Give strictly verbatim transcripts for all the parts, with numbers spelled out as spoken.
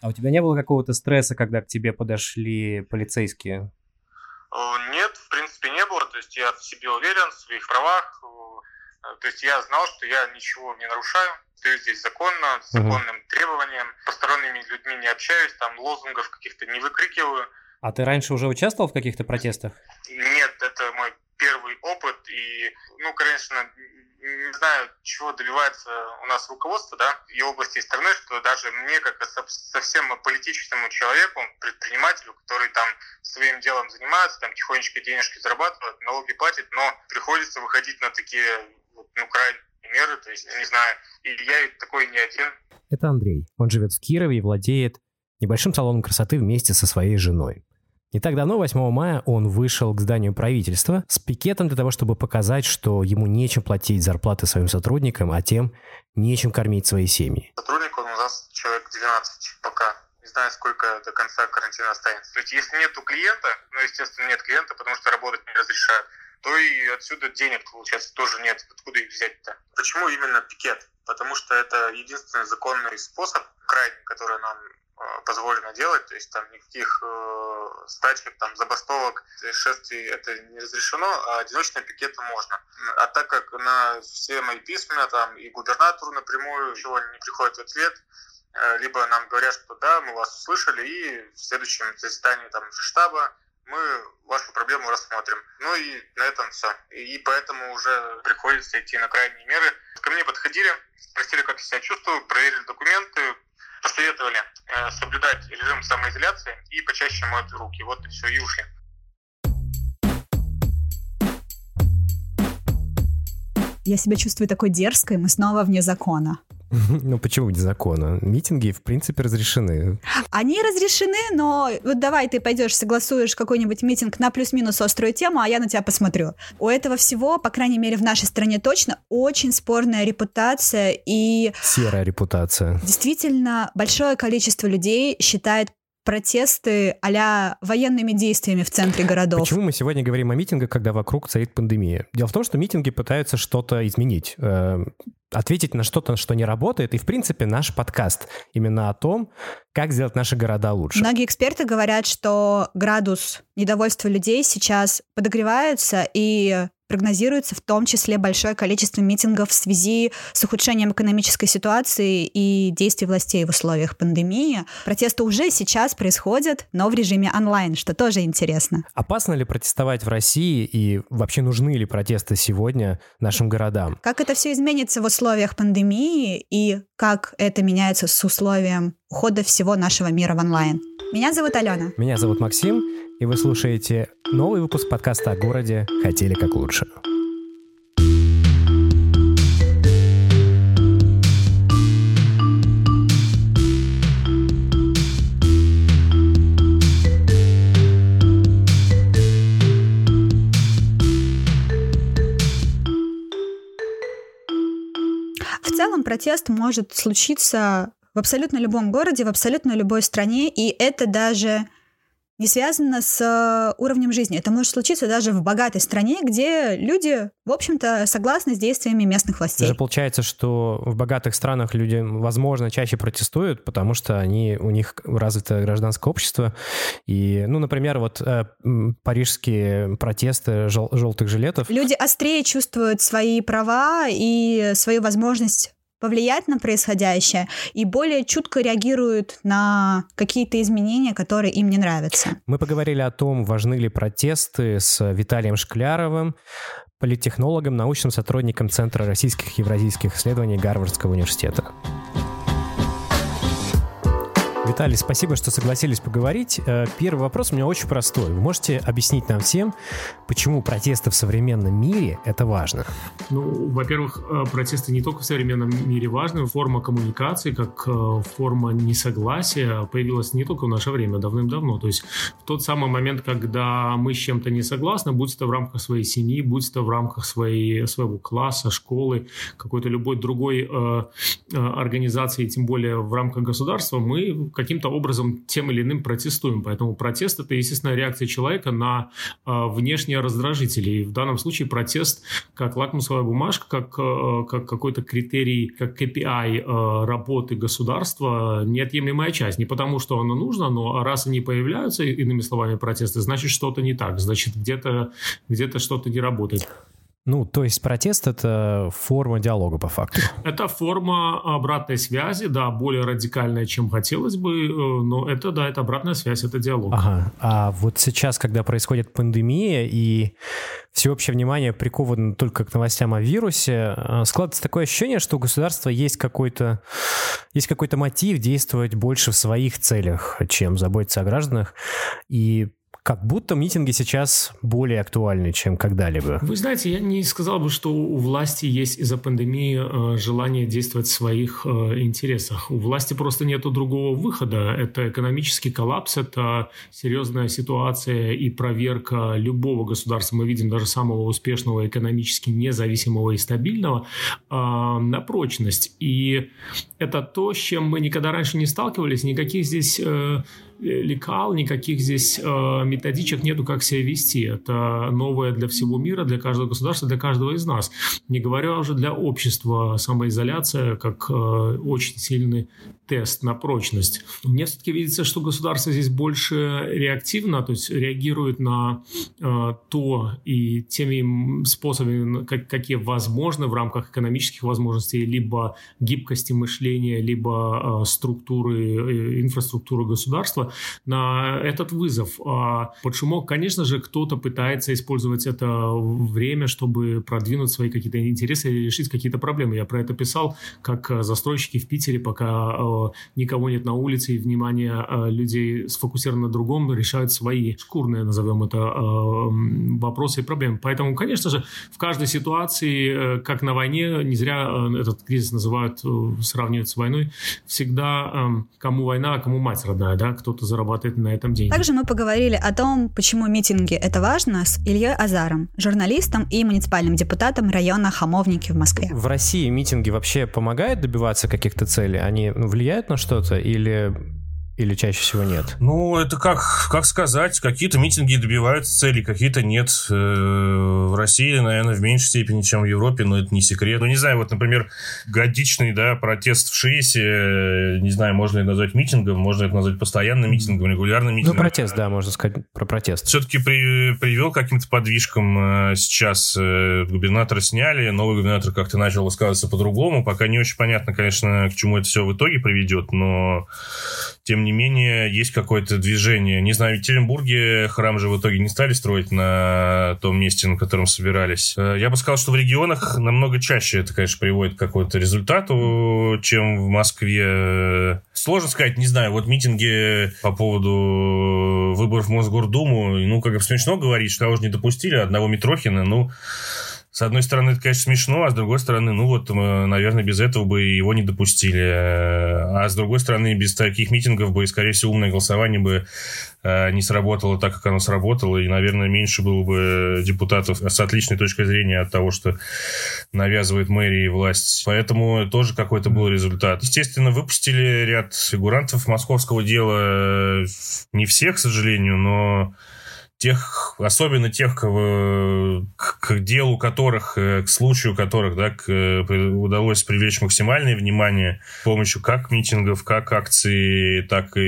А у тебя не было какого-то стресса, когда к тебе подошли полицейские? Нет, в принципе, не было. То есть я в себе уверен, в своих правах. То есть я знал, что я ничего не нарушаю. Стою здесь законно, с законным uh-huh. требованием. С посторонними людьми не общаюсь, там лозунгов каких-то не выкрикиваю. А ты раньше уже участвовал в каких-то протестах? Нет, это мой первый опыт. И, ну, конечно, не знаю, чего добивается у нас руководство, да, и области и страны, что даже мне, как совсем политическому человеку, предпринимателю, который там своим делом занимается, там тихонечко денежки зарабатывает, налоги платит, но приходится выходить на такие, ну, крайние меры, то есть, не знаю, и я такой не один. Это Андрей. Он живет в Кирове и владеет небольшим салоном красоты вместе со своей женой. Не так давно, восьмого мая, он вышел к зданию правительства с пикетом для того, чтобы показать, что ему нечем платить зарплаты своим сотрудникам, а тем нечем кормить свои семьи. Сотрудников у нас человек двенадцать пока. Не знаю, сколько до конца карантина останется. То есть, если нету клиента, ну, естественно, нет клиента, потому что работать не разрешают, то и отсюда денег, получается, тоже нет. Откуда их взять-то? Почему именно пикет? Потому что это единственный законный способ, крайний, который нам позволено делать, то есть там никаких э, стачек, там забастовок, шествий это не разрешено, а одиночные пикеты можно. А так как на все мои письма там и губернатору напрямую ничего не приходит в ответ, э, либо нам говорят, что да, мы вас услышали, и в следующем заседании там штаба мы вашу проблему рассмотрим. Ну и на этом все. И поэтому уже приходится идти на крайние меры. Ко мне подходили, спросили, как я себя чувствую, проверили документы, посоветовали э, соблюдать режим самоизоляции и почаще мыть руки. Вот и все, и ушли. Я себя чувствую такой дерзкой, мы снова вне закона. Ну почему вне закона? Митинги, в принципе, разрешены. Они разрешены, но вот давай ты пойдешь, согласуешь какой-нибудь митинг на плюс-минус острую тему, а я на тебя посмотрю. У этого всего, по крайней мере, в нашей стране точно, очень спорная репутация и... Серая репутация. Действительно, большое количество людей считает протесты а-ля военными действиями в центре городов. Почему мы сегодня говорим о митингах, когда вокруг царит пандемия? Дело в том, что митинги пытаются что-то изменить, э, ответить на что-то, что не работает. И, в принципе, наш подкаст именно о том, как сделать наши города лучше. Многие эксперты говорят, что градус недовольства людей сейчас подогревается, и прогнозируется в том числе большое количество митингов в связи с ухудшением экономической ситуации и действий властей в условиях пандемии. Протесты уже сейчас происходят, но в режиме онлайн, что тоже интересно. Опасно ли протестовать в России и вообще нужны ли протесты сегодня нашим городам? Как это все изменится в условиях пандемии и как это меняется с условием ухода всего нашего мира в онлайн? Меня зовут Алена. Меня зовут Максим, и вы слушаете новый выпуск подкаста о городе «Хотели как лучше». В целом протест может случиться в абсолютно любом городе, в абсолютно любой стране, и это даже не связано с уровнем жизни. Это может случиться даже в богатой стране, где люди, в общем-то, согласны с действиями местных властей. Даже получается, что в богатых странах люди, возможно, чаще протестуют, потому что они, у них развито гражданское общество. И, ну, например, вот э, парижские протесты жел- желтых жилетов. Люди острее чувствуют свои права и свою возможность повлиять на происходящее и более чутко реагируют на какие-то изменения, которые им не нравятся. Мы поговорили о том, важны ли протесты, с Виталием Шкляровым, политтехнологом, научным сотрудником Центра российских и евразийских исследований Гарвардского университета. Виталий, спасибо, что согласились поговорить. Первый вопрос у меня очень простой. Вы можете объяснить нам всем, почему протесты в современном мире — это важно? Ну, во-первых, протесты не только в современном мире важны. Форма коммуникации, как форма несогласия, появилась не только в наше время, давным-давно. То есть в тот самый момент, когда мы с чем-то не согласны, будь это в рамках своей семьи, будь это в рамках своей, своего класса, школы, какой-то любой другой э, организации, тем более в рамках государства, мы каким-то образом тем или иным протестуем. Поэтому протест – это естественная реакция человека на э, внешние раздражители. И в данном случае протест как лакмусовая бумажка, как, э, как какой-то критерий, как кей пи ай э, работы государства – неотъемлемая часть. Не потому, что оно нужно, но раз они появляются, иными словами, протесты, значит, что-то не так. Значит, где-то, где-то что-то не работает. Ну, то есть протест — это форма диалога по факту? Это форма обратной связи, да, более радикальная, чем хотелось бы, но это, да, это обратная связь, это диалог. Ага, а вот сейчас, когда происходит пандемия и всеобщее внимание приковано только к новостям о вирусе, складывается такое ощущение, что у государства есть какой-то, есть какой-то мотив действовать больше в своих целях, чем заботиться о гражданах, и как будто митинги сейчас более актуальны, чем когда-либо. Вы знаете, я не сказал бы, что у власти есть из-за пандемии э, желание действовать в своих э, интересах. У власти просто нету другого выхода. Это экономический коллапс, это серьезная ситуация и проверка любого государства. Мы видим даже самого успешного, экономически независимого и стабильного э, на прочность. И это то, с чем мы никогда раньше не сталкивались. Никаких здесь... Э, лекал, никаких здесь э, методичек нету, как себя вести. Это новое для всего мира, для каждого государства, для каждого из нас. Не говоря уже для общества, самоизоляция как э, очень сильный тест на прочность. Мне все-таки видится, что государство здесь больше реактивно, то есть реагирует на э, то и теми способами, как, какие возможны в рамках экономических возможностей, либо гибкости мышления, либо э, структуры, э, инфраструктуры государства, на этот вызов. А под шумок, конечно же, кто-то пытается использовать это время, чтобы продвинуть свои какие-то интересы или решить какие-то проблемы. Я про это писал, как застройщики в Питере, пока э, никого нет на улице и внимание э, людей сфокусировано на другом, решают свои шкурные, назовем это, э, вопросы и проблемы. Поэтому, конечно же, в каждой ситуации, э, как на войне, не зря э, этот кризис называют, э, сравнивают с войной, всегда э, кому война, а кому мать родная, да, кто-то зарабатывает на этом деньги. Также мы поговорили о том, почему митинги — это важно, с Ильей Азаром, журналистом и муниципальным депутатом района Хамовники в Москве. В России митинги вообще помогают добиваться каких-то целей? Они ну, влияют на что-то или... Или чаще всего нет? Ну, это как, как сказать. Какие-то митинги добиваются целей, какие-то нет. В России, наверное, в меньшей степени, чем в Европе, но это не секрет. Ну, не знаю, вот, например, годичный, да, протест в ШИЭСе, не знаю, можно это назвать митингом, можно это назвать постоянным митингом, регулярным митингом. Ну, протест, да, можно сказать про протест. Все-таки при, привел к каким-то подвижкам сейчас. Губернатора сняли, новый губернатор как-то начал высказываться по-другому. Пока не очень понятно, конечно, к чему это все в итоге приведет, но... Тем не менее, есть какое-то движение. Не знаю, в Екатеринбурге храм же в итоге не стали строить на том месте, на котором собирались. Я бы сказал, что в регионах намного чаще это, конечно, приводит к какому-то результату, чем в Москве. Сложно сказать, не знаю, вот митинги по поводу выборов в Мосгордуму, ну, как бы смешно говорить, что того же не допустили, одного Митрохина, ну... С одной стороны, это, конечно, смешно, а с другой стороны, ну вот, наверное, без этого бы его не допустили. А с другой стороны, без таких митингов бы, скорее всего, умное голосование бы не сработало так, как оно сработало, и, наверное, меньше было бы депутатов с отличной точкой зрения от того, что навязывает мэрия и власть. Поэтому тоже какой-то был результат. Естественно, выпустили ряд фигурантов московского дела. Не всех, к сожалению, но... Тех, особенно тех, кого, к, к делу которых, к случаю которых, да, к, удалось привлечь максимальное внимание с помощью как митингов, как акций, так и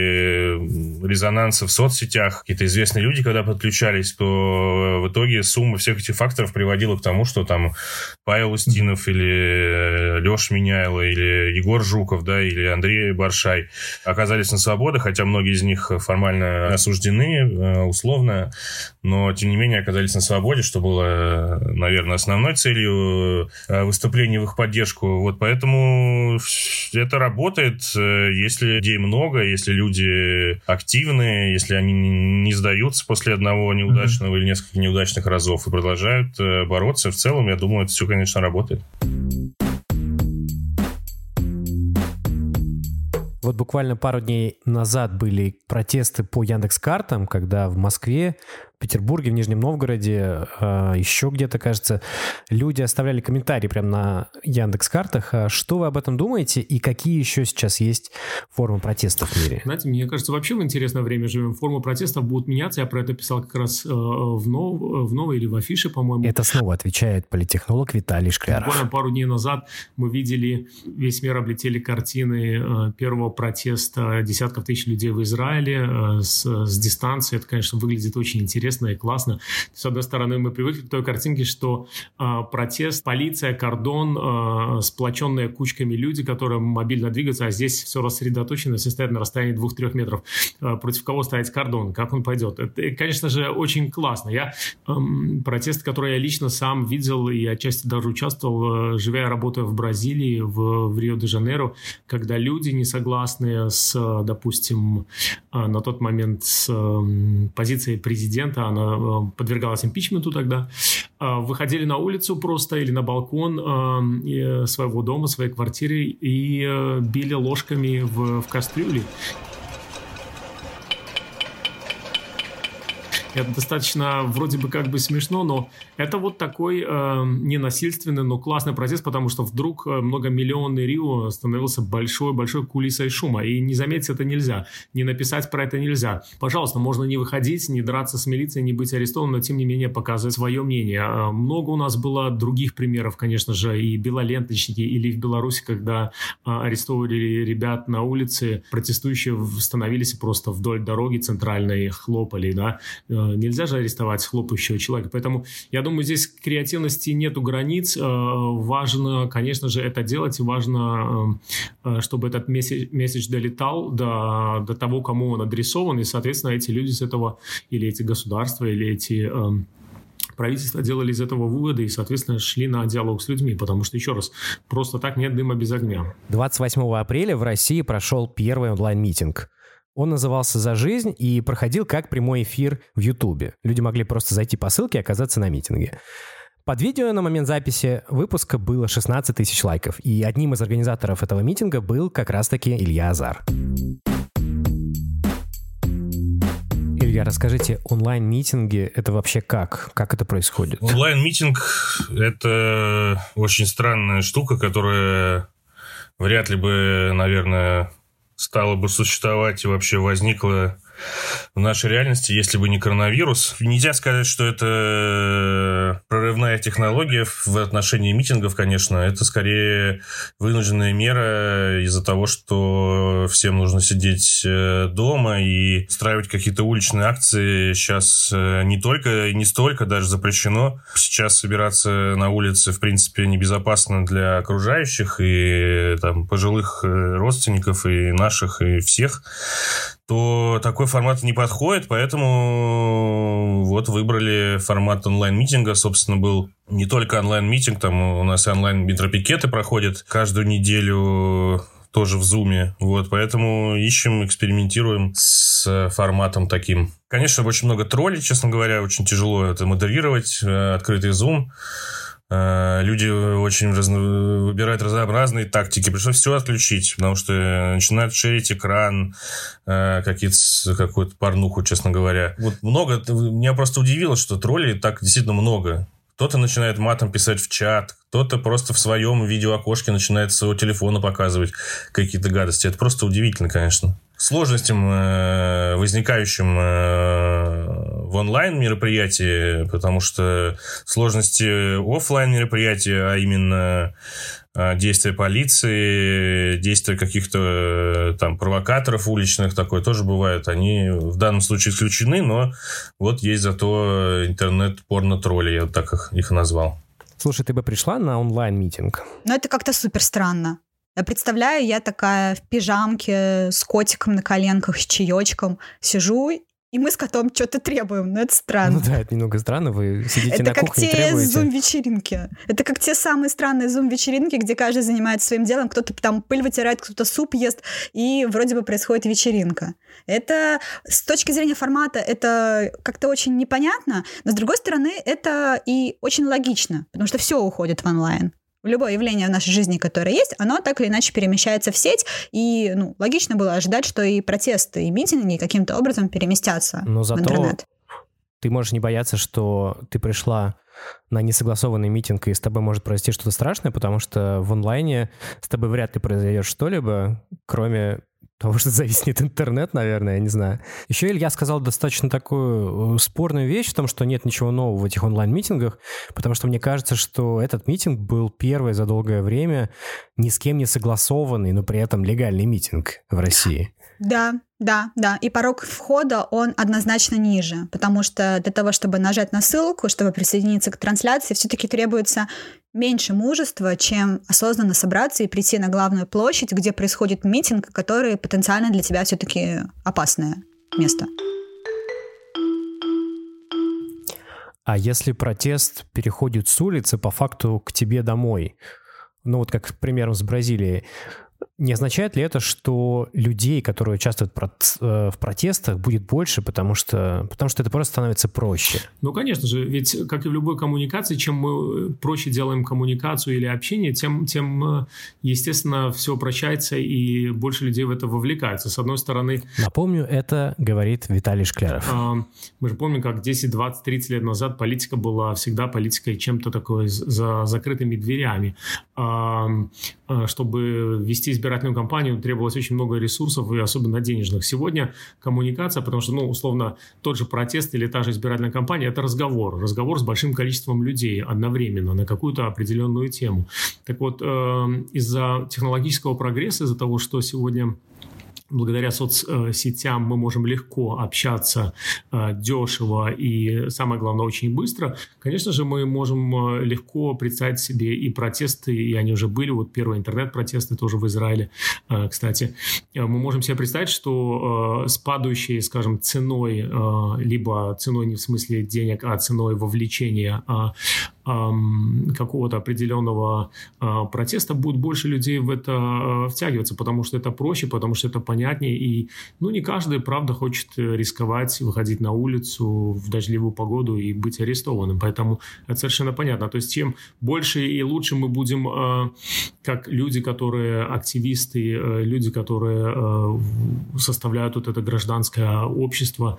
резонанса в соцсетях. Какие-то известные люди, когда подключались, то в итоге сумма всех этих факторов приводила к тому, что там Павел Устинов или Леша Меняйло или Егор Жуков, да, или Андрей Баршай оказались на свободе, хотя многие из них формально осуждены, условно, но, тем не менее, оказались на свободе, что было, наверное, основной целью выступления в их поддержку. Вот поэтому это работает, если людей много, если люди активные, если они не сдаются после одного неудачного mm-hmm. или нескольких неудачных разов и продолжают бороться. В целом, я думаю, это все, конечно, работает. Вот буквально пару дней назад были протесты по Яндекс.Картам, когда в Москве Петербурге, в Нижнем Новгороде, еще где-то, кажется, люди оставляли комментарии прямо на Яндекс.Картах. Что вы об этом думаете и какие еще сейчас есть формы протеста в мире? Знаете, мне кажется, вообще в интересное время живем. Формы протестов будут меняться. Я про это писал как раз в, нов... в новой или в афише, по-моему. Это снова отвечает политтехнолог Виталий Шкляров. Буквально пару дней назад мы видели, весь мир облетели картины первого протеста десятков тысяч людей в Израиле с, с дистанции. Это, конечно, выглядит очень интересно и классно. С одной стороны, мы привыкли к той картинке, что э, протест, полиция, кордон, э, сплоченные кучками люди, которые мобильно двигаются, а здесь все рассредоточено, все стоят на расстоянии двух-трех метров. Э, против кого стоит кордон? Как он пойдет? Это, конечно же, очень классно. Я э, протест, который я лично сам видел и отчасти даже участвовал, э, живя и работая в Бразилии, в, в Рио-де-Жанейро, когда люди не согласные с, допустим, э, на тот момент с э, позицией президента, она э, подвергалась импичменту тогда, э, выходили на улицу просто или на балкон э, своего дома, своей квартиры и э, били ложками в, в кастрюли. Это достаточно вроде бы как бы смешно, но это вот такой э, ненасильственный, но классный протест, потому что вдруг многомиллионный Рио становился большой-большой кулисой шума, и не заметить это нельзя, не написать про это нельзя. Пожалуйста, можно не выходить, не драться с милицией, не быть арестованным, но тем не менее показывать свое мнение. Много у нас было других примеров, конечно же, и белоленточники, или в Беларуси, когда э, арестовывали ребят на улице, протестующие становились просто вдоль дороги центральной, хлопали, да. Нельзя же арестовать хлопающего человека. Поэтому, я думаю, здесь креативности нету границ. Важно, конечно же, это делать. И важно, чтобы этот месседж, месседж долетал до, до того, кому он адресован. И, соответственно, эти люди с этого, или эти государства, или эти правительства делали из этого выводы и, соответственно, шли на диалог с людьми. Потому что, еще раз, просто так нет дыма без огня. двадцать восьмого апреля в России прошел первый онлайн-митинг. Он назывался «За жизнь» и проходил как прямой эфир в Ютубе. Люди могли просто зайти по ссылке и оказаться на митинге. Под видео на момент записи выпуска было шестнадцать тысяч лайков, и одним из организаторов этого митинга был как раз-таки Илья Азар. Илья, расскажите, онлайн-митинги — это вообще как? Как это происходит? Онлайн-митинг — это очень странная штука, которая вряд ли бы, наверное, стала бы существовать и вообще возникла в нашей реальности, если бы не коронавирус. Нельзя сказать, что это прорывная технология в отношении митингов, конечно. Это скорее вынужденная мера из-за того, что всем нужно сидеть дома и устраивать какие-то уличные акции. Сейчас не только и не столько даже запрещено. Сейчас собираться на улице, в принципе, небезопасно для окружающих и там, пожилых родственников, и наших, и всех, то такой формат не подходит, поэтому вот выбрали формат онлайн-митинга. Собственно, был не только онлайн-митинг, там у нас и онлайн-митропикеты проходят каждую неделю, тоже в Зуме. Вот, поэтому ищем, экспериментируем с форматом таким. Конечно, очень много троллей, честно говоря, очень тяжело это модерировать, открытый Zoom. Люди очень разно... выбирают разнообразные тактики. Пришлось все отключить, потому что начинают шерить экран, какие-то, какую-то порнуху, честно говоря. Вот много. Меня просто удивило, что троллей так действительно много. Кто-то начинает матом писать в чат, кто-то просто в своем видеоокошке начинает с своего телефона показывать какие-то гадости. Это просто удивительно, конечно. Сложностям, возникающим в онлайн-мероприятии, потому что сложности офлайн-мероприятия, а именно действия полиции, действия каких-то там провокаторов уличных, такое тоже бывает, они в данном случае исключены, но вот есть зато интернет-порно-тролли, я вот так их, их назвал. Слушай, ты бы пришла на онлайн-митинг? Ну, это как-то супер странно. Я представляю, я такая в пижамке с котиком на коленках, с чаечком сижу, и мы с котом что-то требуем, но это странно. Ну да, это немного странно, вы сидите это на кухне и требуете. Это как те зум-вечеринки. Это как те самые странные зум-вечеринки, где каждый занимается своим делом, кто-то там пыль вытирает, кто-то суп ест, и вроде бы происходит вечеринка. Это с точки зрения формата это как-то очень непонятно, но с другой стороны это и очень логично, потому что все уходит в онлайн. Любое явление в нашей жизни, которое есть, оно так или иначе перемещается в сеть, и ну, логично было ожидать, что и протесты, и митинги каким-то образом переместятся Но в зато интернет. ты можешь не бояться, что ты пришла на несогласованный митинг, и с тобой может произойти что-то страшное, потому что в онлайне с тобой вряд ли произойдет что-либо, кроме того, что зависнет интернет, наверное, я не знаю. Еще Илья сказал достаточно такую спорную вещь в том, что нет ничего нового в этих онлайн-митингах, потому что мне кажется, что этот митинг был первый за долгое время ни с кем не согласованный, но при этом легальный митинг в России. Да, да, да. И порог входа, он однозначно ниже, потому что для того, чтобы нажать на ссылку, чтобы присоединиться к трансляции, все-таки требуется меньше мужества, чем осознанно собраться и прийти на главную площадь, где происходит митинг, который потенциально для тебя все-таки опасное место. А если протест переходит с улицы по факту к тебе домой, ну вот как примером с Бразилией, не означает ли это, что людей, которые участвуют в протестах, будет больше, потому что, потому что это просто становится проще? Ну, конечно же, ведь, как и в любой коммуникации, чем мы проще делаем коммуникацию или общение, тем, тем естественно, все упрощается и больше людей в это вовлекается. С одной стороны... Напомню, это говорит Виталий Шкляров. Мы же помним, как десять, двадцать, тридцать лет назад политика была всегда политикой чем-то такой за закрытыми дверями. Чтобы вести избирательную кампанию, требовалось очень много ресурсов, и особенно денежных. Сегодня коммуникация, потому что, ну, условно, тот же протест или та же избирательная кампания – это разговор. Разговор с большим количеством людей одновременно на какую-то определенную тему. Так вот, э, из-за технологического прогресса, из-за того, что сегодня... Благодаря соцсетям мы можем легко общаться, дешево и, самое главное, очень быстро. Конечно же, мы можем легко представить себе и протесты, и они уже были. Вот первые интернет-протесты тоже в Израиле, кстати. Мы можем себе представить, что с падающей, скажем, ценой, либо ценой не в смысле денег, а ценой вовлечения какого-то определенного протеста будет больше людей в это втягиваться, потому что это проще, потому что это понятнее, и, ну, не каждый, правда, хочет рисковать, выходить на улицу в дождливую погоду и быть арестованным, поэтому это совершенно понятно. То есть, чем больше и лучше мы будем, как люди, которые активисты, люди, которые составляют вот это гражданское общество,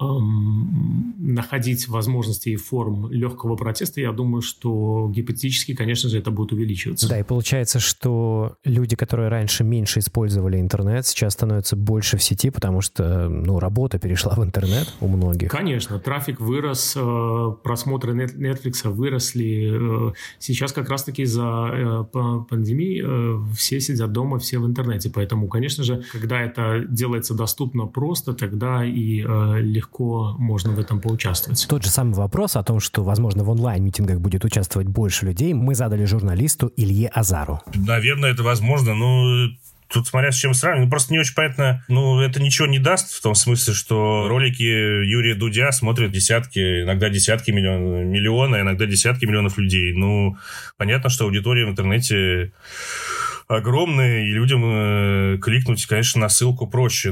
находить возможности и форм легкого протеста, я думаю, что гипотетически, конечно же, это будет увеличиваться. Да, и получается, что люди, которые раньше меньше использовали интернет, сейчас становятся больше в сети, потому что, ну, работа перешла в интернет у многих. Конечно, трафик вырос, просмотры Netflix выросли. Сейчас как раз-таки из-за пандемии все сидят дома, все в интернете. Поэтому, конечно же, когда это делается доступно просто, тогда и легко можно в этом поучаствовать. Тот же самый вопрос о том, что, возможно, в онлайн-митингах будет участвовать больше людей, мы задали журналисту Илье Азару. Наверное, это возможно, но... Тут смотря с чем сравнивать, ну просто не очень понятно, ну это ничего не даст в том смысле, что ролики Юрия Дудя смотрят десятки, иногда десятки миллионов, миллиона, иногда десятки миллионов людей. Ну, понятно, что аудитория в интернете огромная, и людям э, кликнуть, конечно, на ссылку проще.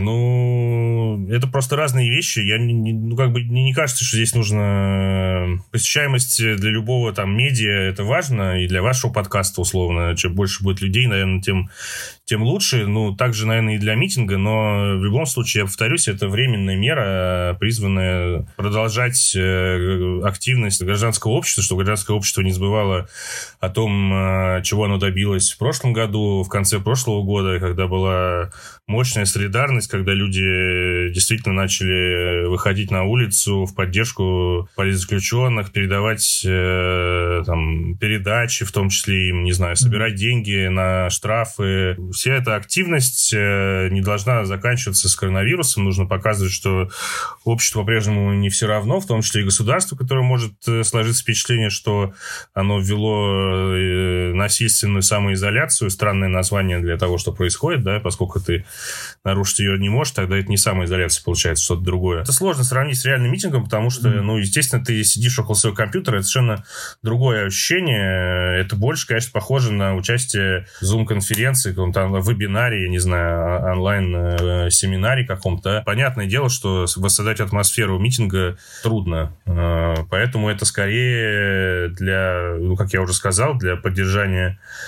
Ну, это просто разные вещи. Я не, не, ну, как бы мне не кажется, что здесь нужно посещаемость для любого там медиа, это важно, и для вашего подкаста, условно. Чем больше будет людей, наверное, тем, тем лучше. Ну, также, наверное, и для митинга, но в любом случае, я повторюсь, это временная мера, призванная продолжать э, активность гражданского общества, чтобы гражданское общество не забывало о том, э, чего оно добилось в прошлом году, в конце прошлого года, когда была мощная солидарность, когда люди действительно начали выходить на улицу в поддержку политзаключенных, передавать э, там, передачи, в том числе им, не знаю, собирать деньги на штрафы. Вся эта активность э, не должна заканчиваться с коронавирусом. Нужно показывать, что обществу по-прежнему не все равно, в том числе и государству, которое может сложиться впечатление, что оно ввело э, насильственную самоизоляцию, странное название для того, что происходит, да, поскольку ты нарушить ее не можешь, тогда это не самоизоляция, получается, что-то другое. Это сложно сравнить с реальным митингом, потому что, mm-hmm. ну, естественно, ты сидишь около своего компьютера, это совершенно другое ощущение. Это больше, конечно, похоже на участие в Zoom-конференции, каком-то вебинаре, я не знаю, онлайн-семинаре каком-то. Понятное дело, что воссоздать атмосферу митинга трудно. Поэтому это скорее для, ну, как я уже сказал, для поддержания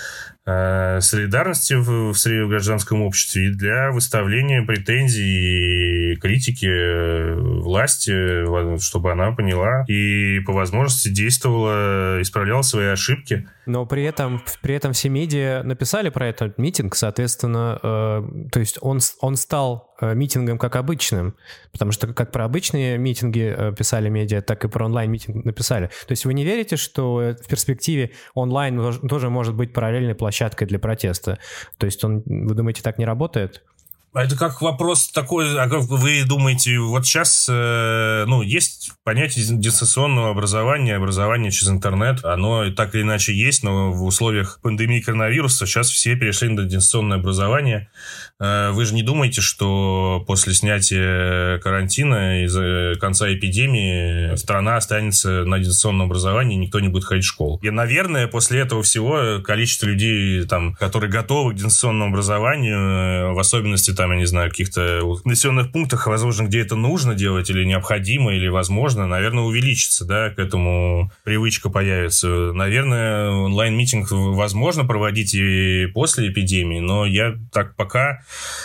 э, солидарности в, в гражданском обществе и для выставления претензий и критики власти, чтобы она поняла и по возможности действовала, исправляла свои ошибки. Но при этом, при этом все медиа написали про этот митинг, соответственно, э, то есть он, он стал э, митингом как обычным, потому что как про обычные митинги э, писали медиа, так и про онлайн-митинг написали. То есть вы не верите, что в перспективе онлайн тоже может быть параллельной площадкой для протеста? То есть он, вы думаете, так не работает? Это как вопрос такой, а как вы думаете, вот сейчас, э, ну, есть понятие дистанционного образования, образования через интернет, оно так или иначе есть, но в условиях пандемии коронавируса сейчас все перешли на дистанционное образование. Э, вы же не думаете, что после снятия карантина из-за конца эпидемии страна останется на дистанционном образовании, и никто не будет ходить в школу? И, наверное, после этого всего количество людей, там, которые готовы к дистанционному образованию, в особенности там, я не знаю, каких-то населенных пунктах, возможно, где это нужно делать или необходимо, или возможно, наверное, увеличится, да, к этому привычка появится. Наверное, онлайн-митинг возможно проводить и после эпидемии, но я так пока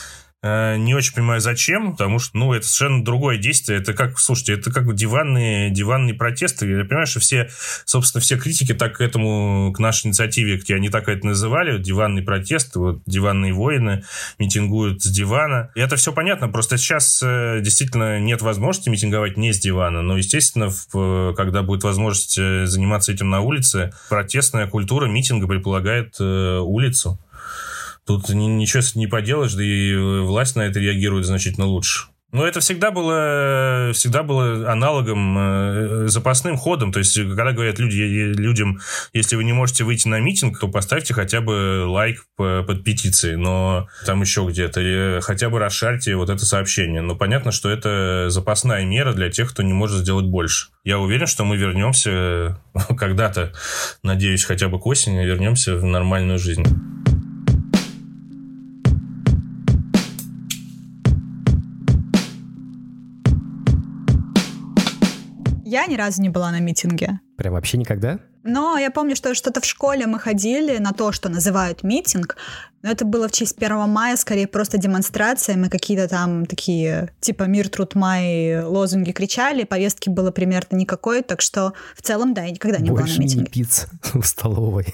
не очень понимаю, зачем, потому что, ну, это совершенно другое действие. Это как, слушайте, это как диванные, диванные протесты. Я понимаю, что все, собственно, все критики так к этому, к нашей инициативе, где они так это называли, диванный протест, вот диванные воины митингуют с дивана. И это все понятно, просто сейчас действительно нет возможности митинговать не с дивана, но, естественно, в, когда будет возможность заниматься этим на улице, протестная культура митинга предполагает э, улицу. Тут ничего не поделаешь, да и власть на это реагирует значительно лучше. Но это всегда было, всегда было аналогом, запасным ходом. То есть, когда говорят люди, людям, если вы не можете выйти на митинг, то поставьте хотя бы лайк под петицией, но там еще где-то, или хотя бы расшарьте вот это сообщение. Но понятно, что это запасная мера для тех, кто не может сделать больше. Я уверен, что мы вернемся когда-то, надеюсь, хотя бы к осени, вернемся в нормальную жизнь. Я ни разу не была на митинге. Прям вообще никогда? Но я помню, что что-то в школе мы ходили на то, что называют митинг. Но это было в честь первого мая, скорее просто демонстрация. Мы какие-то там такие, типа «Мир, труд, май» лозунги кричали. Повестки было примерно никакой. Так что в целом, да, я никогда не Больше была на митинге. Больше не пицца в столовой.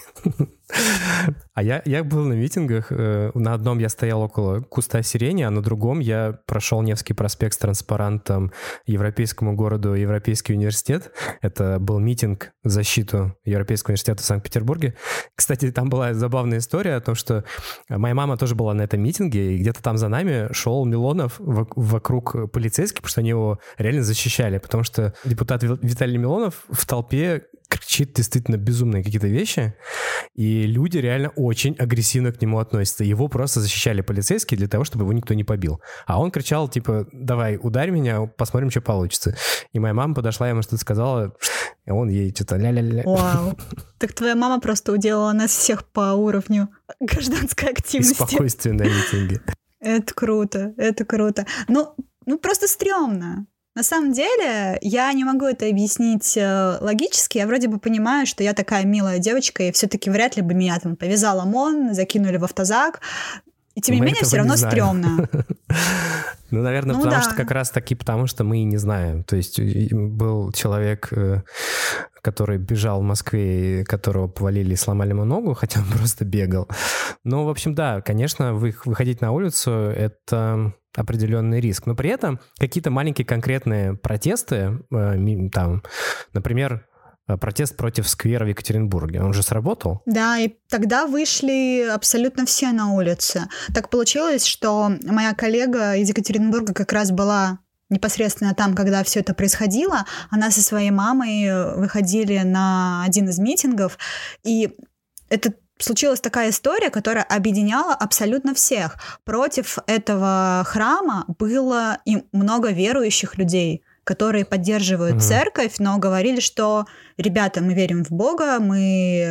А я, я был на митингах. На одном я стоял около куста сирени, а на другом я прошел Невский проспект с транспарантом «Европейскому городу Европейский университет». Это был митинг в защиту Европейского университета в Санкт-Петербурге. Кстати, там была забавная история о том, что моя мама тоже была на этом митинге, и где-то там за нами шел Милонов вокруг полицейских, потому что они его реально защищали, потому что депутат Виталий Милонов в толпе кричит действительно безумные какие-то вещи, и люди реально очень агрессивно к нему относятся. Его просто защищали полицейские для того, чтобы его никто не побил. А он кричал, типа, давай, ударь меня, посмотрим, что получится. И моя мама подошла, ему что-то сказала, и он ей что-то ля-ля-ля. Вау. Так твоя мама просто уделала нас всех по уровню гражданской активности. И спокойствия на митинге. Это круто, это круто. Ну, ну просто стрёмно. На самом деле, я не могу это объяснить э, логически. Я вроде бы понимаю, что я такая милая девочка, и все-таки вряд ли бы меня там повязал ОМОН, закинули в автозак. И тем не менее, все равно стрёмно. Ну, наверное, ну, потому да. что как раз-таки потому, что мы и не знаем. То есть был человек, который бежал в Москве, которого повалили и сломали ему ногу, хотя он просто бегал. Ну, в общем, да, конечно, выходить на улицу — это определенный риск. Но при этом какие-то маленькие конкретные протесты, там, например, протест против сквера в Екатеринбурге, он же сработал? Да, и тогда вышли абсолютно все на улицы. Так получилось, что моя коллега из Екатеринбурга как раз была непосредственно там, когда все это происходило. Она со своей мамой выходили на один из митингов, и это случилась такая история, которая объединяла абсолютно всех. Против этого храма было и много верующих людей, которые поддерживают mm-hmm. церковь, но говорили, что, ребята, мы верим в Бога, мы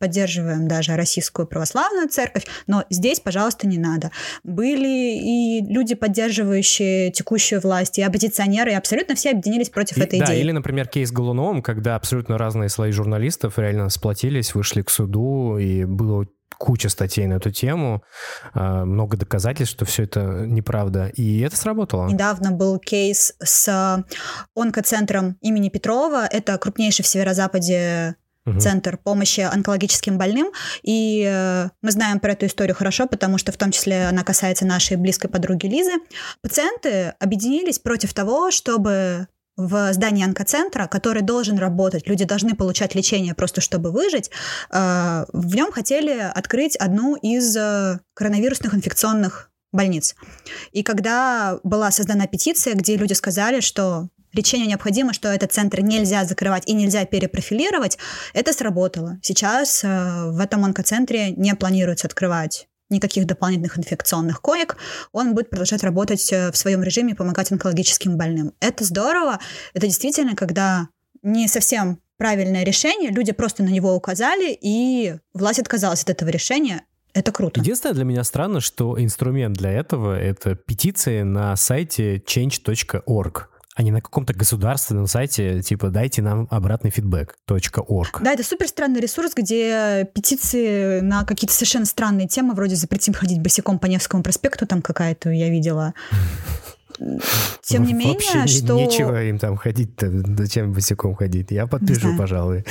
поддерживаем даже российскую православную церковь, но здесь, пожалуйста, не надо. Были и люди, поддерживающие текущую власть, и оппозиционеры, и абсолютно все объединились против и, этой да, идеи. Или, например, кейс Голуновым, когда абсолютно разные слои журналистов реально сплотились, вышли к суду, и было куча статей на эту тему, много доказательств, что все это неправда, и это сработало. Недавно был кейс с онкоцентром имени Петрова, это крупнейший в Северо-Западе угу. центр помощи онкологическим больным, и мы знаем про эту историю хорошо, потому что в том числе она касается нашей близкой подруги Лизы. Пациенты объединились против того, чтобы в здании онкоцентра, который должен работать, люди должны получать лечение просто чтобы выжить, в нем хотели открыть одну из коронавирусных инфекционных больниц. И когда была создана петиция, где люди сказали, что лечение необходимо, что этот центр нельзя закрывать и нельзя перепрофилировать, это сработало. Сейчас в этом онкоцентре не планируется открывать никаких дополнительных инфекционных коек, он будет продолжать работать в своем режиме, помогать онкологическим больным. Это здорово, это действительно, когда не совсем правильное решение, люди просто на него указали, и власть отказалась от этого решения. Это круто. Единственное для меня странно, что инструмент для этого — это петиции на сайте change точка org. А не на каком-то государственном сайте, типа «дайте нам обратный фидбэк точка орг». Да, это супер странный ресурс, где петиции на какие-то совершенно странные темы, вроде «запретим ходить босиком по Невскому проспекту», там какая-то я видела. Тем не менее, вообще что... нечего им там ходить-то, зачем босиком ходить? Я подпишу, пожалуй.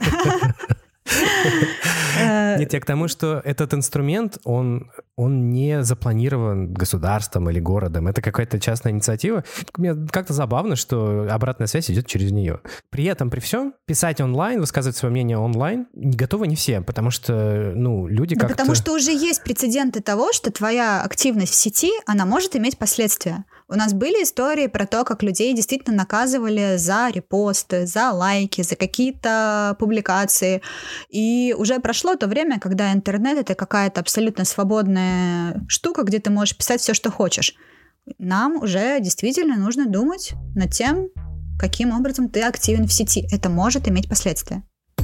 Нет, я к тому, что этот инструмент, он, он не запланирован государством или городом. Это какая-то частная инициатива. Мне как-то забавно, что обратная связь идет через нее. При этом, при всем, писать онлайн, высказывать свое мнение онлайн готовы не все, потому что, ну, люди да как-то... потому что уже есть прецеденты того, что твоя активность в сети, она может иметь последствия. У нас были истории про то, как людей действительно наказывали за репосты, за лайки, за какие-то публикации. И уже прошло то время, когда интернет — это какая-то абсолютно свободная штука, где ты можешь писать все, что хочешь. Нам уже действительно нужно думать над тем, каким образом ты активен в сети. Это может иметь последствия.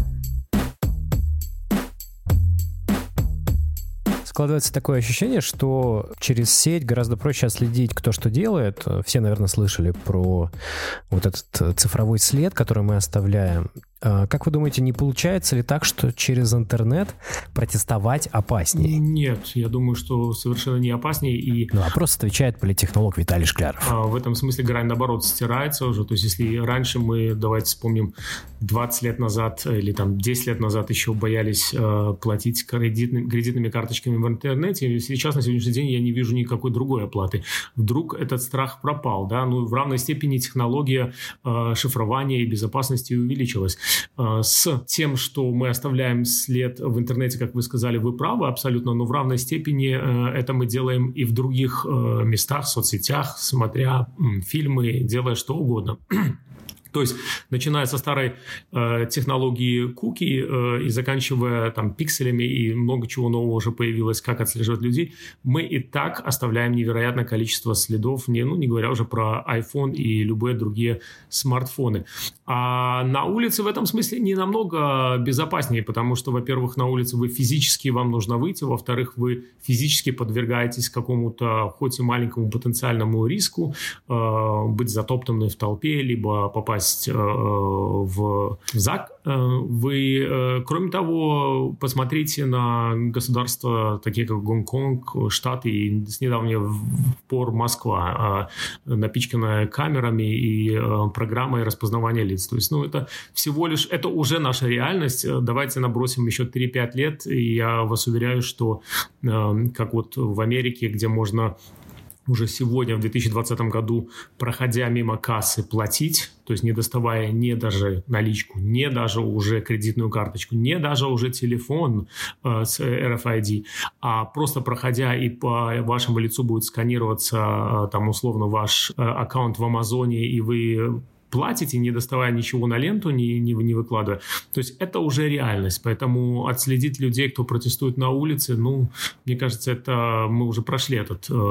Складывается такое ощущение, что через сеть гораздо проще отследить, кто что делает. Все, наверное, слышали про вот этот цифровой след, который мы оставляем. Как вы думаете, не получается ли так, что через интернет протестовать опаснее? Нет, я думаю, что совершенно не опаснее. И... На вопрос отвечает политтехнолог Виталий Шкляров. А, в этом смысле грань, наоборот, стирается уже. То есть, если раньше мы, давайте вспомним, двадцать лет назад или там десять лет назад еще боялись э, платить кредитными, кредитными карточками в интернете, сейчас, на сегодняшний день, я не вижу никакой другой оплаты. Вдруг этот страх пропал, да? Ну, в равной степени технология э, шифрования и безопасности увеличилась. С тем, что мы оставляем след в интернете, как вы сказали, вы правы абсолютно, но в равной степени это мы делаем и в других местах, в соцсетях, смотря фильмы, делая что угодно. То есть, начиная со старой э, технологии куки э, и заканчивая там пикселями, и много чего нового уже появилось, как отслеживать людей, мы и так оставляем невероятное количество следов, не, ну, не говоря уже про iPhone и любые другие смартфоны. А на улице в этом смысле не намного безопаснее, потому что, во-первых, на улице вы физически, вам нужно выйти, во-вторых, вы физически подвергаетесь какому-то, хоть и маленькому потенциальному риску, э, быть затоптанным в толпе, либо попасть в ЗАГ. Вы, кроме того, посмотрите на государства, такие как Гонконг, Штаты и с недавних пор Москва, напичканная камерами и программой распознавания лиц. То есть, ну, это всего лишь, это уже наша реальность. Давайте набросим еще три-пять лет, и я вас уверяю, что как вот в Америке, где можно уже сегодня, в две тысячи двадцатом году, проходя мимо кассы, платить, то есть не доставая не даже наличку, не даже уже кредитную карточку, не даже уже телефон э, с эр эф ай ди, а просто проходя, и по вашему лицу будет сканироваться э, там условно ваш э, аккаунт в Амазоне, и вы платите, не доставая ничего на ленту, не, не, не выкладывая. То есть это уже реальность. Поэтому отследить людей, кто протестует на улице, ну, мне кажется, это мы уже прошли этот э,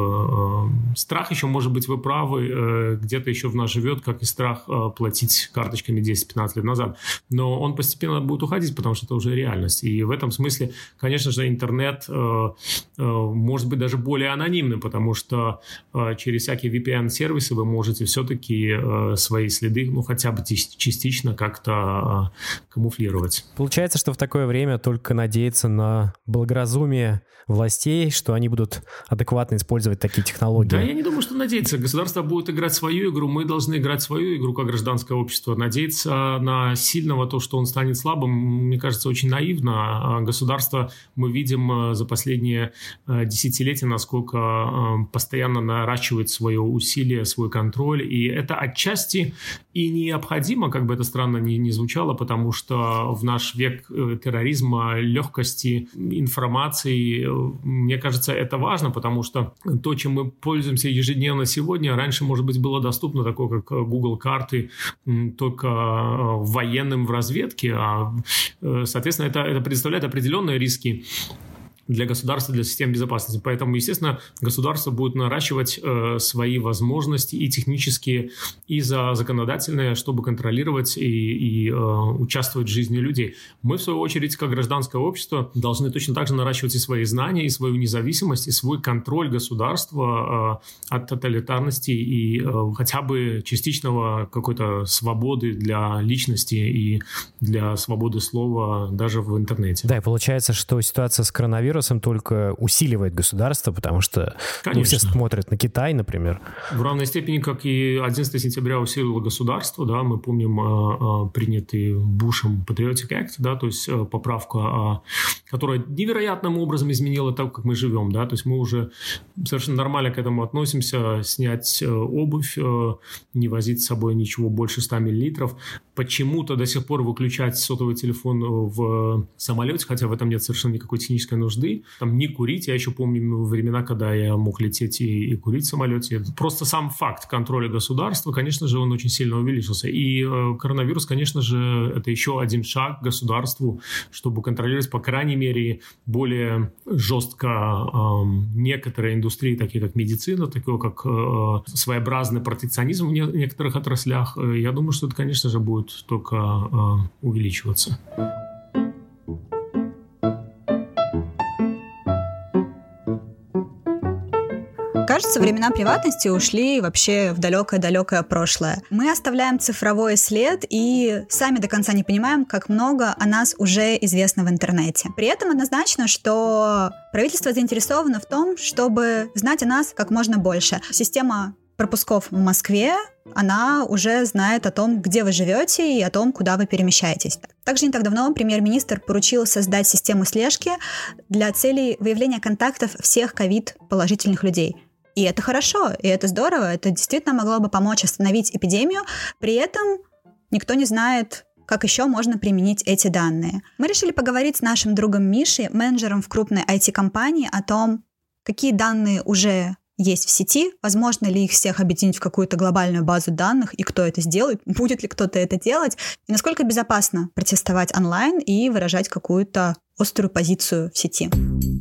э, страх. Еще, может быть, вы правы, э, где-то еще в нас живет, как и страх э, платить карточками десять-пятнадцать лет назад. Но он постепенно будет уходить, потому что это уже реальность. И в этом смысле, конечно же, интернет э, э, может быть даже более анонимным, потому что э, через всякие ви пи эн-сервисы вы можете все-таки э, свои следы, ну, хотя бы частично как-то э, камуфлировать. Получается, что в такое время только надеяться на благоразумие властей, что они будут адекватно использовать такие технологии. Да, я не думаю, что надеяться. Государство будет играть свою игру, мы должны играть свою игру как гражданское общество. Надеяться на сильного, то, что он станет слабым, мне кажется, очень наивно. Государство, мы видим за последние десятилетия, насколько постоянно наращивает свое усилие, свой контроль, и это отчасти и необходимо, как бы это странно ни, ни звучало, потому что в наш век терроризма, легкости информации, мне кажется, это важно, потому что то, чем мы пользуемся ежедневно сегодня, раньше, может быть, было доступно, такое как Google карты, только военным в разведке, а, соответственно, это, это предоставляет определенные риски для государства, для систем безопасности. Поэтому, естественно, государство будет наращивать э, свои возможности и технические, и за законодательные, чтобы контролировать и, и э, участвовать в жизни людей. Мы, в свою очередь, как гражданское общество, должны точно так же наращивать и свои знания, и свою независимость, и свой контроль государства э, от тоталитарности и э, хотя бы частичного какой-то свободы для личности и для свободы слова даже в интернете. Да, и получается, что ситуация с коронавирусом только усиливает государство, потому что ну, все смотрят на Китай, например. В равной степени, как и одиннадцатого сентября усилило государство, да, мы помним э, э, принятый Бушем Patriotic Act, да, то есть э, поправка, э, которая невероятным образом изменила то, как мы живем, да, то есть мы уже совершенно нормально к этому относимся, снять э, обувь, э, не возить с собой ничего больше ста миллилитров, почему-то до сих пор выключать сотовый телефон в самолете, хотя в этом нет совершенно никакой технической нужды. Там не курить. Я еще помню времена, когда я мог лететь и, и курить в самолете. Просто сам факт контроля государства, конечно же, он очень сильно увеличился. И э, коронавирус, конечно же, это еще один шаг к государству, чтобы контролировать, по крайней мере, более жестко э, некоторые индустрии, такие как медицина, такие как э, своеобразный протекционизм в не- некоторых отраслях. Я думаю, что это, конечно же, будет только э, увеличиваться. Кажется, времена приватности ушли вообще в далекое-далекое прошлое. Мы оставляем цифровой след и сами до конца не понимаем, как много о нас уже известно в интернете. При этом однозначно, что правительство заинтересовано в том, чтобы знать о нас как можно больше. Система пропусков в Москве, она уже знает о том, где вы живете и о том, куда вы перемещаетесь. Также не так давно премьер-министр поручил создать систему слежки для целей выявления контактов всех ковид-положительных людей. И это хорошо, и это здорово, это действительно могло бы помочь остановить эпидемию, при этом никто не знает, как еще можно применить эти данные. Мы решили поговорить с нашим другом Мишей, менеджером в крупной ай ти-компании, о том, какие данные уже есть в сети, возможно ли их всех объединить в какую-то глобальную базу данных, и кто это сделает, будет ли кто-то это делать, и насколько безопасно протестовать онлайн и выражать какую-то острую позицию в сети.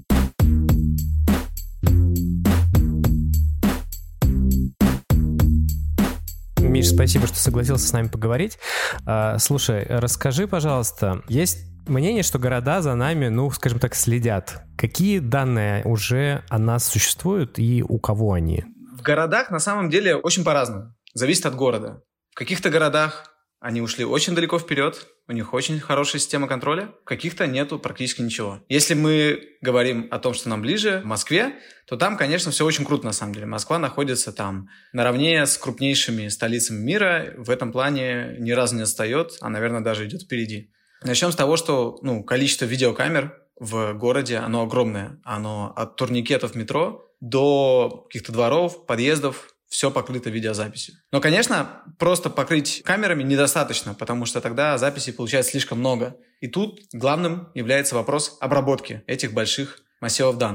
Миш, спасибо, что согласился с нами поговорить. Слушай, расскажи, пожалуйста, есть мнение, что города за нами, ну, скажем так, следят. Какие данные уже о нас существуют и у кого они? В городах на самом деле очень по-разному. Зависит от города. В каких-то городах они ушли очень далеко вперед, у них очень хорошая система контроля, в каких-то нету практически ничего. Если мы говорим о том, что нам ближе, в Москве, то там, конечно, все очень круто на самом деле. Москва находится там наравне с крупнейшими столицами мира, в этом плане ни разу не отстает, а, наверное, даже идет впереди. Начнем с того, что ну, количество видеокамер в городе, оно огромное. Оно от турникетов метро до каких-то дворов, подъездов, все покрыто видеозаписью. Но, конечно, просто покрыть камерами недостаточно, потому что тогда записей получается слишком много. И тут главным является вопрос обработки этих больших массивов данных.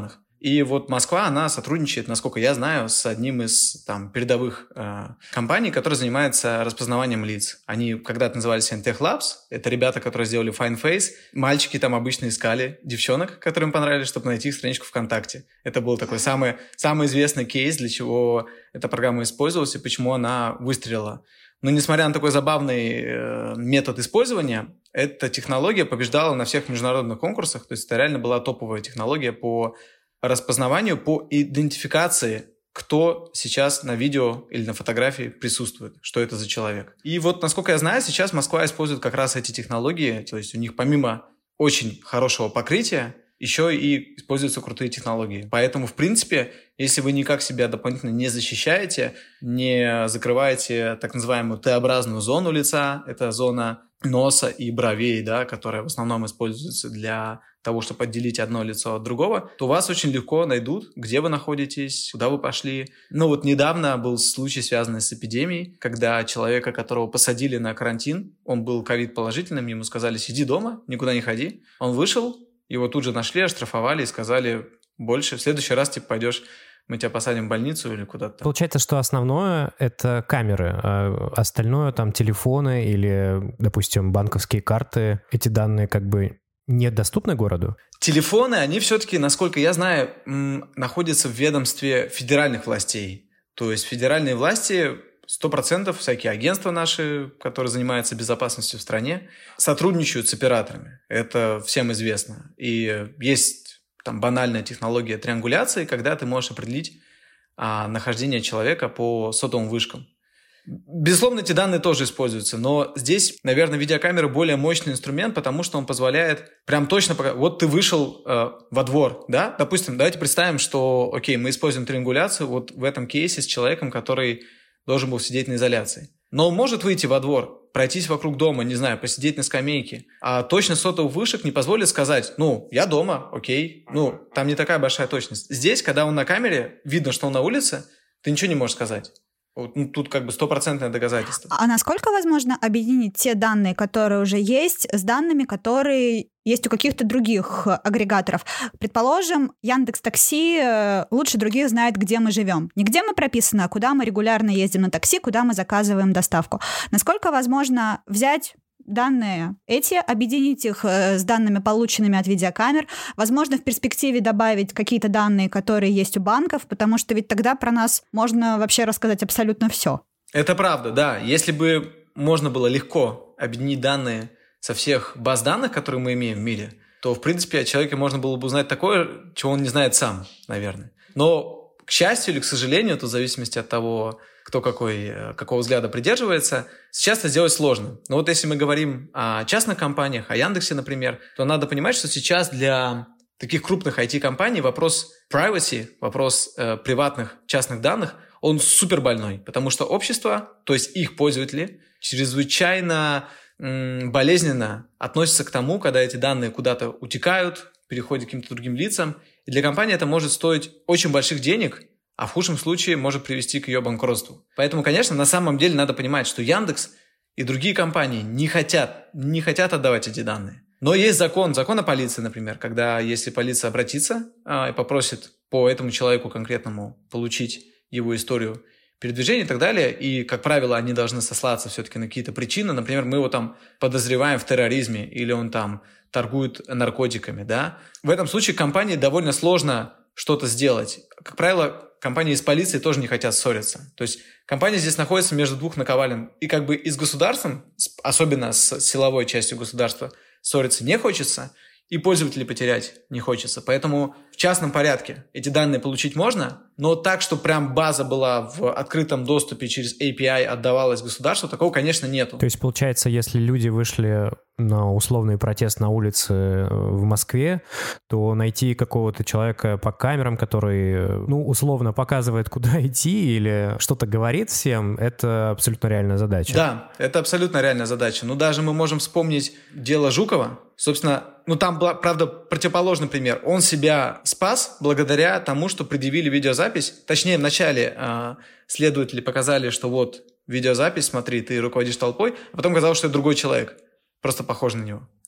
И вот Москва, она сотрудничает, насколько я знаю, с одним из там, передовых э, компаний, которая занимается распознаванием лиц. Они когда-то назывались Intech Labs. Это ребята, которые сделали Fine Face. Мальчики там обычно искали девчонок, которым понравились, чтобы найти их страничку ВКонтакте. Это был такой самый, самый известный кейс, для чего эта программа использовалась и почему она выстрелила. Но несмотря на такой забавный э, метод использования, эта технология побеждала на всех международных конкурсах. То есть это реально была топовая технология по распознаванию, по идентификации, кто сейчас на видео или на фотографии присутствует, что это за человек. И вот, насколько я знаю, сейчас Москва использует как раз эти технологии, то есть у них помимо очень хорошего покрытия, еще и используются крутые технологии. Поэтому, в принципе, если вы никак себя дополнительно не защищаете, не закрываете так называемую Т-образную зону лица, это зона носа и бровей, да, которая в основном используется для того, чтобы отделить одно лицо от другого, то вас очень легко найдут, где вы находитесь, куда вы пошли. Ну вот недавно был случай, связанный с эпидемией, когда человека, которого посадили на карантин, он был ковид-положительным, ему сказали: сиди дома, никуда не ходи. Он вышел, его тут же нашли, оштрафовали и сказали: больше, в следующий раз типа пойдешь, мы тебя посадим в больницу или куда-то. Получается, что основное — это камеры, а остальное там телефоны или, допустим, банковские карты. Эти данные как бы недоступны городу? Телефоны, они все-таки, насколько я знаю, находятся в ведомстве федеральных властей. То есть федеральные власти, сто процентов всякие агентства наши, которые занимаются безопасностью в стране, сотрудничают с операторами. Это всем известно. И есть там банальная технология триангуляции, когда ты можешь определить а, нахождение человека по сотовым вышкам. Безусловно, эти данные тоже используются, но здесь, наверное, видеокамера более мощный инструмент, потому что он позволяет прям точно показать. Вот ты вышел э, во двор, да? Допустим, давайте представим, что, окей, мы используем триангуляцию вот в этом кейсе с человеком, который должен был сидеть на изоляции. Но он может выйти во двор, пройтись вокруг дома, не знаю, посидеть на скамейке, а точность сотовых вышек не позволит сказать: ну, я дома, окей, ну, там не такая большая точность. Здесь, когда он на камере, видно, что он на улице, ты ничего не можешь сказать. Вот, ну, тут как бы стопроцентное доказательство. А насколько возможно объединить те данные, которые уже есть, с данными, которые есть у каких-то других агрегаторов? Предположим, Яндекс.Такси лучше других знает, где мы живем. Не где мы прописаны, а куда мы регулярно ездим на такси, куда мы заказываем доставку. Насколько возможно взять данные эти, объединить их с данными, полученными от видеокамер, возможно, в перспективе добавить какие-то данные, которые есть у банков, потому что ведь тогда про нас можно вообще рассказать абсолютно все. Это правда, да. Если бы можно было легко объединить данные со всех баз данных, которые мы имеем в мире, то, в принципе, от человека можно было бы узнать такое, чего он не знает сам, наверное. Но, к счастью или к сожалению, то в зависимости от того, кто какой, какого взгляда придерживается, сейчас это сделать сложно. Но вот если мы говорим о частных компаниях, о Яндексе, например, то надо понимать, что сейчас для таких крупных ай ти-компаний вопрос privacy, вопрос э, приватных частных данных, он супер больной, потому что общество, то есть их пользователи, чрезвычайно м, болезненно относятся к тому, когда эти данные куда-то утекают, переходят к каким-то другим лицам. И для компании это может стоить очень больших денег, а в худшем случае может привести к ее банкротству. Поэтому, конечно, на самом деле надо понимать, что Яндекс и другие компании не хотят, не хотят отдавать эти данные. Но есть закон, закон о полиции, например, когда если полиция обратится а, и попросит по этому человеку конкретному получить его историю передвижения и так далее, и, как правило, они должны сослаться все-таки на какие-то причины. Например, мы его там подозреваем в терроризме или он там торгует наркотиками, да. В этом случае компании довольно сложно что-то сделать. Как правило, компании из полиции тоже не хотят ссориться. То есть компания здесь находится между двух наковален. И как бы и с государством, особенно с силовой частью государства, ссориться не хочется, и пользователей потерять не хочется. Поэтому в частном порядке эти данные получить можно, но так, что прям база была в открытом доступе через эй пи ай отдавалась государству, такого, конечно, нету. То есть, получается, если люди вышли на условный протест на улице в Москве, то найти какого-то человека по камерам, который, ну, условно показывает, куда идти или что-то говорит всем, это абсолютно реальная задача. Да, это абсолютно реальная задача. Ну, даже мы можем вспомнить дело Жукова. Собственно, ну, там был, правда, противоположный пример. Он себя спас благодаря тому, что предъявили видеозапись. Точнее, вначале э, следователи показали, что вот видеозапись, смотри, ты руководишь толпой, а потом казалось, что это другой человек, просто похож на него.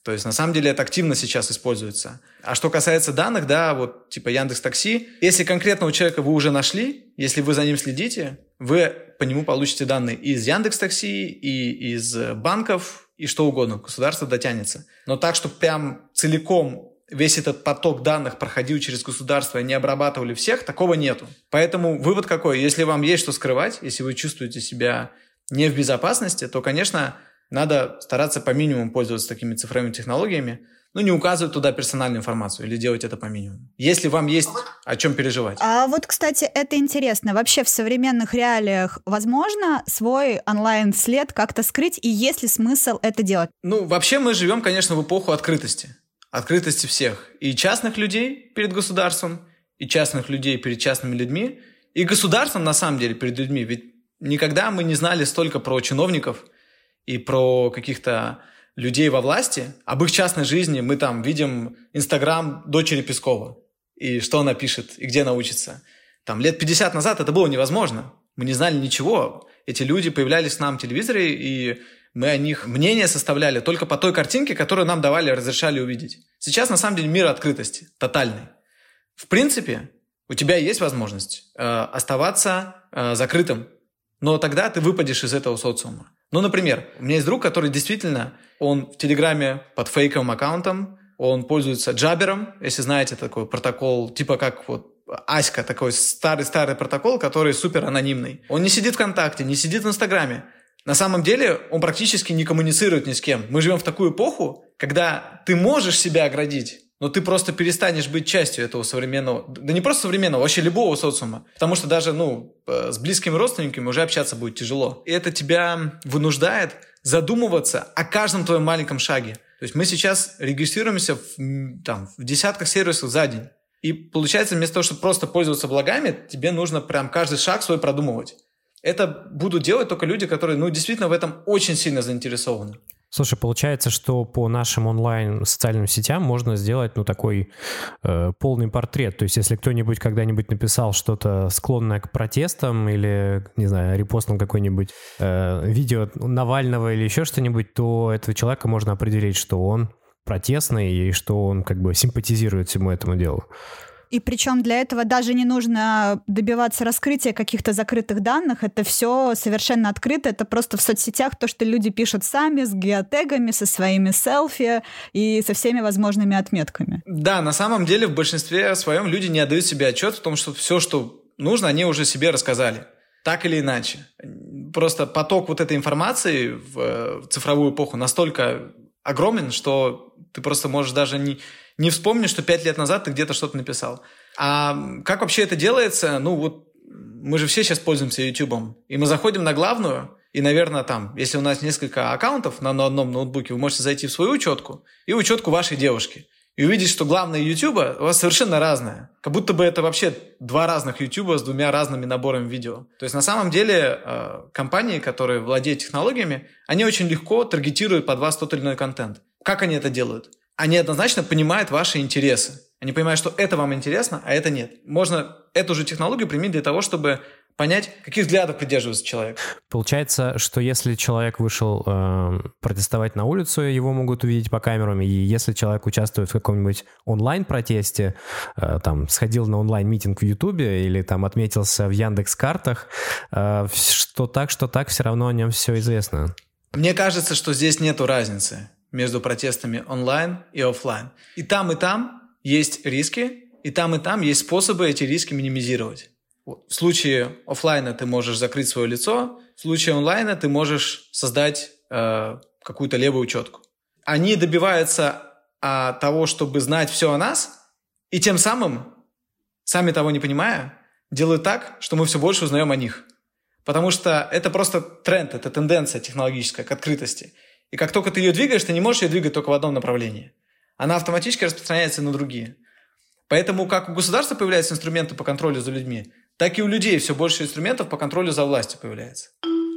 То есть, на самом деле, это активно сейчас используется. А что касается данных, да, вот типа Яндекс.Такси, если конкретного человека вы уже нашли, если вы за ним следите, вы по нему получите данные из Яндекс.Такси, и из банков, и что угодно. Государство дотянется. Но так, чтобы прям целиком весь этот поток данных проходил через государство и не обрабатывали всех, такого нету. Поэтому вывод какой? Если вам есть что скрывать, если вы чувствуете себя не в безопасности, то, конечно, надо стараться по минимуму пользоваться такими цифровыми технологиями, ну, не указывать туда персональную информацию или делать это по минимуму. Если вам есть о чем переживать. А вот, кстати, это интересно. Вообще в современных реалиях возможно свой онлайн-след как-то скрыть, и есть ли смысл это делать? Ну, вообще мы живем, конечно, в эпоху открытости. Открытости всех. И частных людей перед государством, и частных людей перед частными людьми, и государством, на самом деле, перед людьми. Ведь никогда мы не знали столько про чиновников и про каких-то людей во власти. Об их частной жизни мы там видим Инстаграм дочери Пескова. И что она пишет, и где она учится. Там лет пятьдесят назад это было невозможно. Мы не знали ничего. Эти люди появлялись на нам в телевизоре, и мы о них мнение составляли только по той картинке, которую нам давали, разрешали увидеть. Сейчас, на самом деле, мир открытости, тотальный. В принципе, у тебя есть возможность э, оставаться э, закрытым, но тогда ты выпадешь из этого социума. Ну, например, у меня есть друг, который действительно, он в Телеграме под фейковым аккаунтом, он пользуется Джабером, если знаете, такой протокол, типа как вот Аська, такой старый-старый протокол, который супер анонимный. Он не сидит ВКонтакте, не сидит в Инстаграме. На самом деле он практически не коммуницирует ни с кем. Мы живем в такую эпоху, когда ты можешь себя оградить, но ты просто перестанешь быть частью этого современного, да не просто современного, вообще любого социума. Потому что даже, ну, с близкими родственниками уже общаться будет тяжело. И это тебя вынуждает задумываться о каждом твоем маленьком шаге. То есть мы сейчас регистрируемся в, там, в десятках сервисов за день. И получается, вместо того, чтобы просто пользоваться благами, тебе нужно прям каждый шаг свой продумывать. Это будут делать только люди, которые, ну, действительно в этом очень сильно заинтересованы. Слушай, получается, что по нашим онлайн-социальным сетям можно сделать, ну, такой э, полный портрет. То есть, если кто-нибудь когда-нибудь написал что-то склонное к протестам или, не знаю, репостнул какое-нибудь э, видео Навального или еще что-нибудь, то этого человека можно определить, что он протестный и что он как бы симпатизирует всему этому делу. И причем для этого даже не нужно добиваться раскрытия каких-то закрытых данных. Это все совершенно открыто. Это просто в соцсетях то, что люди пишут сами, с геотегами, со своими селфи и со всеми возможными отметками. Да, на самом деле в большинстве своем люди не отдают себе отчет в том, что все, что нужно, они уже себе рассказали. Так или иначе. Просто поток вот этой информации в цифровую эпоху настолько огромен, что ты просто можешь даже не... Не вспомни, что пять лет назад ты где-то что-то написал. А как вообще это делается? Ну вот мы же все сейчас пользуемся YouTube. И мы заходим на главную, и, наверное, там, если у нас несколько аккаунтов на одном ноутбуке, вы можете зайти в свою учетку и учетку вашей девушки. И увидеть, что главное YouTube у вас совершенно разное. Как будто бы это вообще два разных YouTube с двумя разными наборами видео. То есть на самом деле компании, которые владеют технологиями, они очень легко таргетируют под вас тот или иной контент. Как они это делают? Они однозначно понимают ваши интересы. Они понимают, что это вам интересно, а это нет. Можно эту же технологию применить для того, чтобы понять, каких взглядов придерживается человек. Получается, что если человек вышел э, протестовать на улицу, его могут увидеть по камерам, и если человек участвует в каком-нибудь онлайн-протесте, э, там, сходил на онлайн-митинг в Ютубе или там отметился в Яндекс.Картах, э, что так, что так, все равно о нем все известно. Мне кажется, что здесь нету разницы между протестами онлайн и офлайн. И там, и там есть риски, и там, и там есть способы эти риски минимизировать. В случае офлайна ты можешь закрыть свое лицо, в случае онлайна ты можешь создать э, какую-то левую учетку. Они добиваются а, того, чтобы знать все о нас, и тем самым, сами того не понимая, делают так, что мы все больше узнаем о них. Потому что это просто тренд, это тенденция технологическая к открытости. И как только ты ее двигаешь, ты не можешь ее двигать только в одном направлении. Она автоматически распространяется на другие. Поэтому как у государства появляются инструменты по контролю за людьми, так и у людей все больше инструментов по контролю за властью появляется.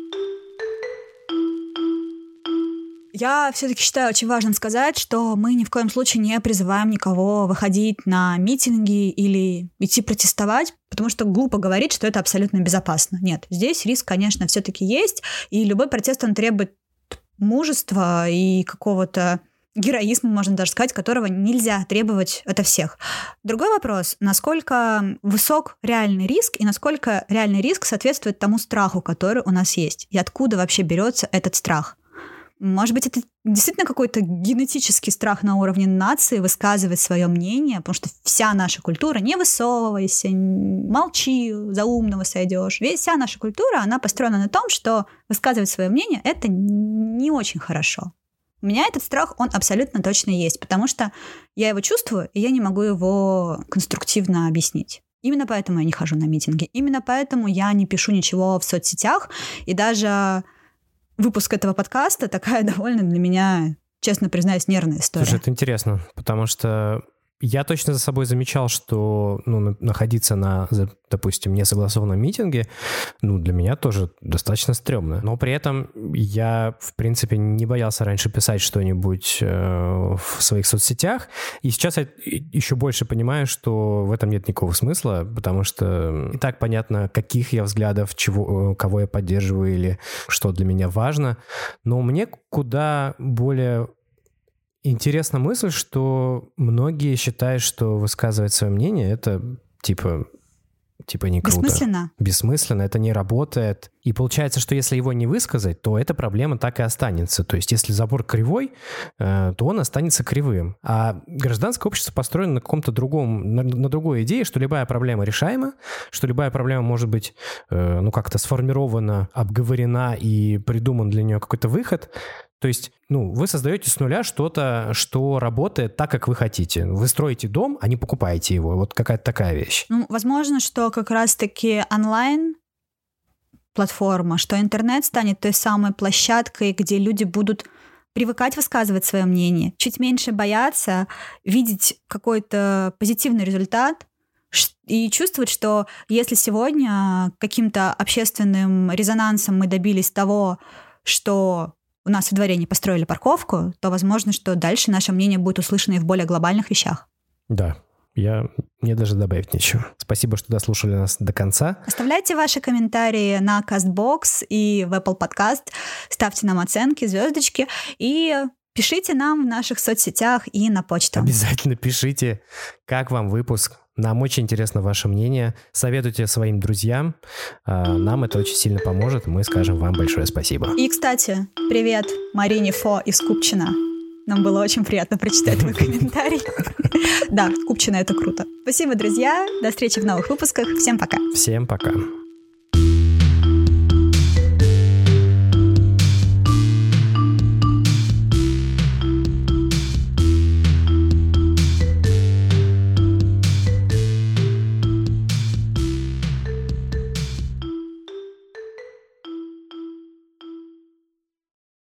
Я все-таки считаю очень важным сказать, что мы ни в коем случае не призываем никого выходить на митинги или идти протестовать, потому что глупо говорить, что это абсолютно безопасно. Нет, здесь риск, конечно, все-таки есть, и любой протест, он требует мужества и какого-то героизм, можно даже сказать, которого нельзя требовать ото всех. Другой вопрос, насколько высок реальный риск и насколько реальный риск соответствует тому страху, который у нас есть, и откуда вообще берется этот страх. Может быть, это действительно какой-то генетический страх на уровне нации высказывать свое мнение, потому что вся наша культура, не высовывайся, молчи, за умного сойдешь. Вся наша культура, она построена на том, что высказывать свое мнение — это не очень хорошо. У меня этот страх, он абсолютно точно есть, потому что я его чувствую, и я не могу его конструктивно объяснить. Именно поэтому я не хожу на митинги, именно поэтому я не пишу ничего в соцсетях, и даже выпуск этого подкаста такая довольно для меня, честно признаюсь, нервная история. Слушай, это интересно, потому что я точно за собой замечал, что ну, находиться на, допустим, несогласованном митинге, ну, для меня тоже достаточно стрёмно. Но при этом я, в принципе, не боялся раньше писать что-нибудь э, в своих соцсетях. И сейчас я еще больше понимаю, что в этом нет никакого смысла, потому что и так понятно, каких я взглядов, чего, кого я поддерживаю или что для меня важно. Но мне куда более... интересна мысль, что многие считают, что высказывать свое мнение — это типа, типа не круто. Бессмысленно. Бессмысленно, это не работает. И получается, что если его не высказать, то эта проблема так и останется. То есть если забор кривой, то он останется кривым. А гражданское общество построено на каком-то другом, на, на другой идее, что любая проблема решаема, что любая проблема может быть ну, как-то сформирована, обговорена и придуман для нее какой-то выход. То есть, ну, вы создаете с нуля что-то, что работает так, как вы хотите. Вы строите дом, а не покупаете его. Вот какая-то такая вещь. Ну, возможно, что как раз-таки онлайн-платформа, что интернет станет той самой площадкой, где люди будут привыкать высказывать свое мнение, чуть меньше бояться, видеть какой-то позитивный результат и чувствовать, что если сегодня каким-то общественным резонансом мы добились того, что у нас во дворе не построили парковку, то возможно, что дальше наше мнение будет услышано и в более глобальных вещах. Да, я... мне даже добавить нечего. Спасибо, что дослушали нас до конца. Оставляйте ваши комментарии на CastBox и в Apple Podcast, ставьте нам оценки, звездочки и пишите нам в наших соцсетях и на почту. Обязательно пишите, как вам выпуск. Нам очень интересно ваше мнение. Советуйте своим друзьям. Нам это очень сильно поможет. Мы скажем вам большое спасибо. И, кстати, привет Марине Фо из Купчино. Нам было очень приятно прочитать твой комментарий. Да, Купчино — это круто. Спасибо, друзья. До встречи в новых выпусках. Всем пока. Всем пока.